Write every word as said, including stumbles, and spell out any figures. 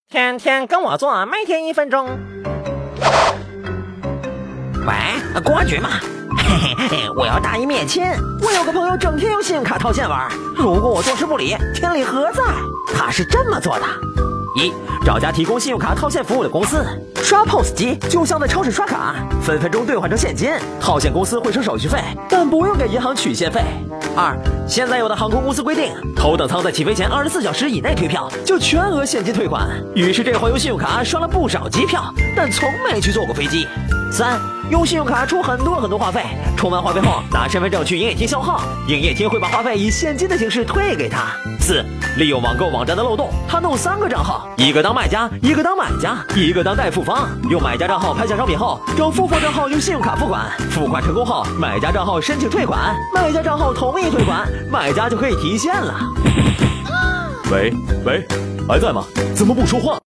天天跟我做，每天一分钟。 喂，郭局吗？嘿嘿嘿，我要大义灭亲。我有个朋友整天用信用卡套现玩，如果我坐视不理，天理何在？他是这么做的：一，找家提供信用卡套现服务的公司，刷 P O S 机就像在超市刷卡，分分钟兑换成现金，套现公司会收手续费，但不用给银行取现费。二，现在有的航空公司规定，头等舱在起飞前二十四小时以内退票就全额现金退款。于是这回用信用卡刷了不少机票，但从没去坐过飞机。三，用信用卡充很多很多话费，充完话费后拿身份证去营业厅消耗，营业厅会把话费以现金的形式退给他。四，利用网购网站的漏洞，他弄三个账号，一个当卖家，一个当买家，一个当代付方。用买家账号拍下商品后，找付方账号用信用卡付款，付款成功后，买家账号申请退款，卖家账号同意退款，买家就可以提现了。 喂喂，还在吗？怎么不说话？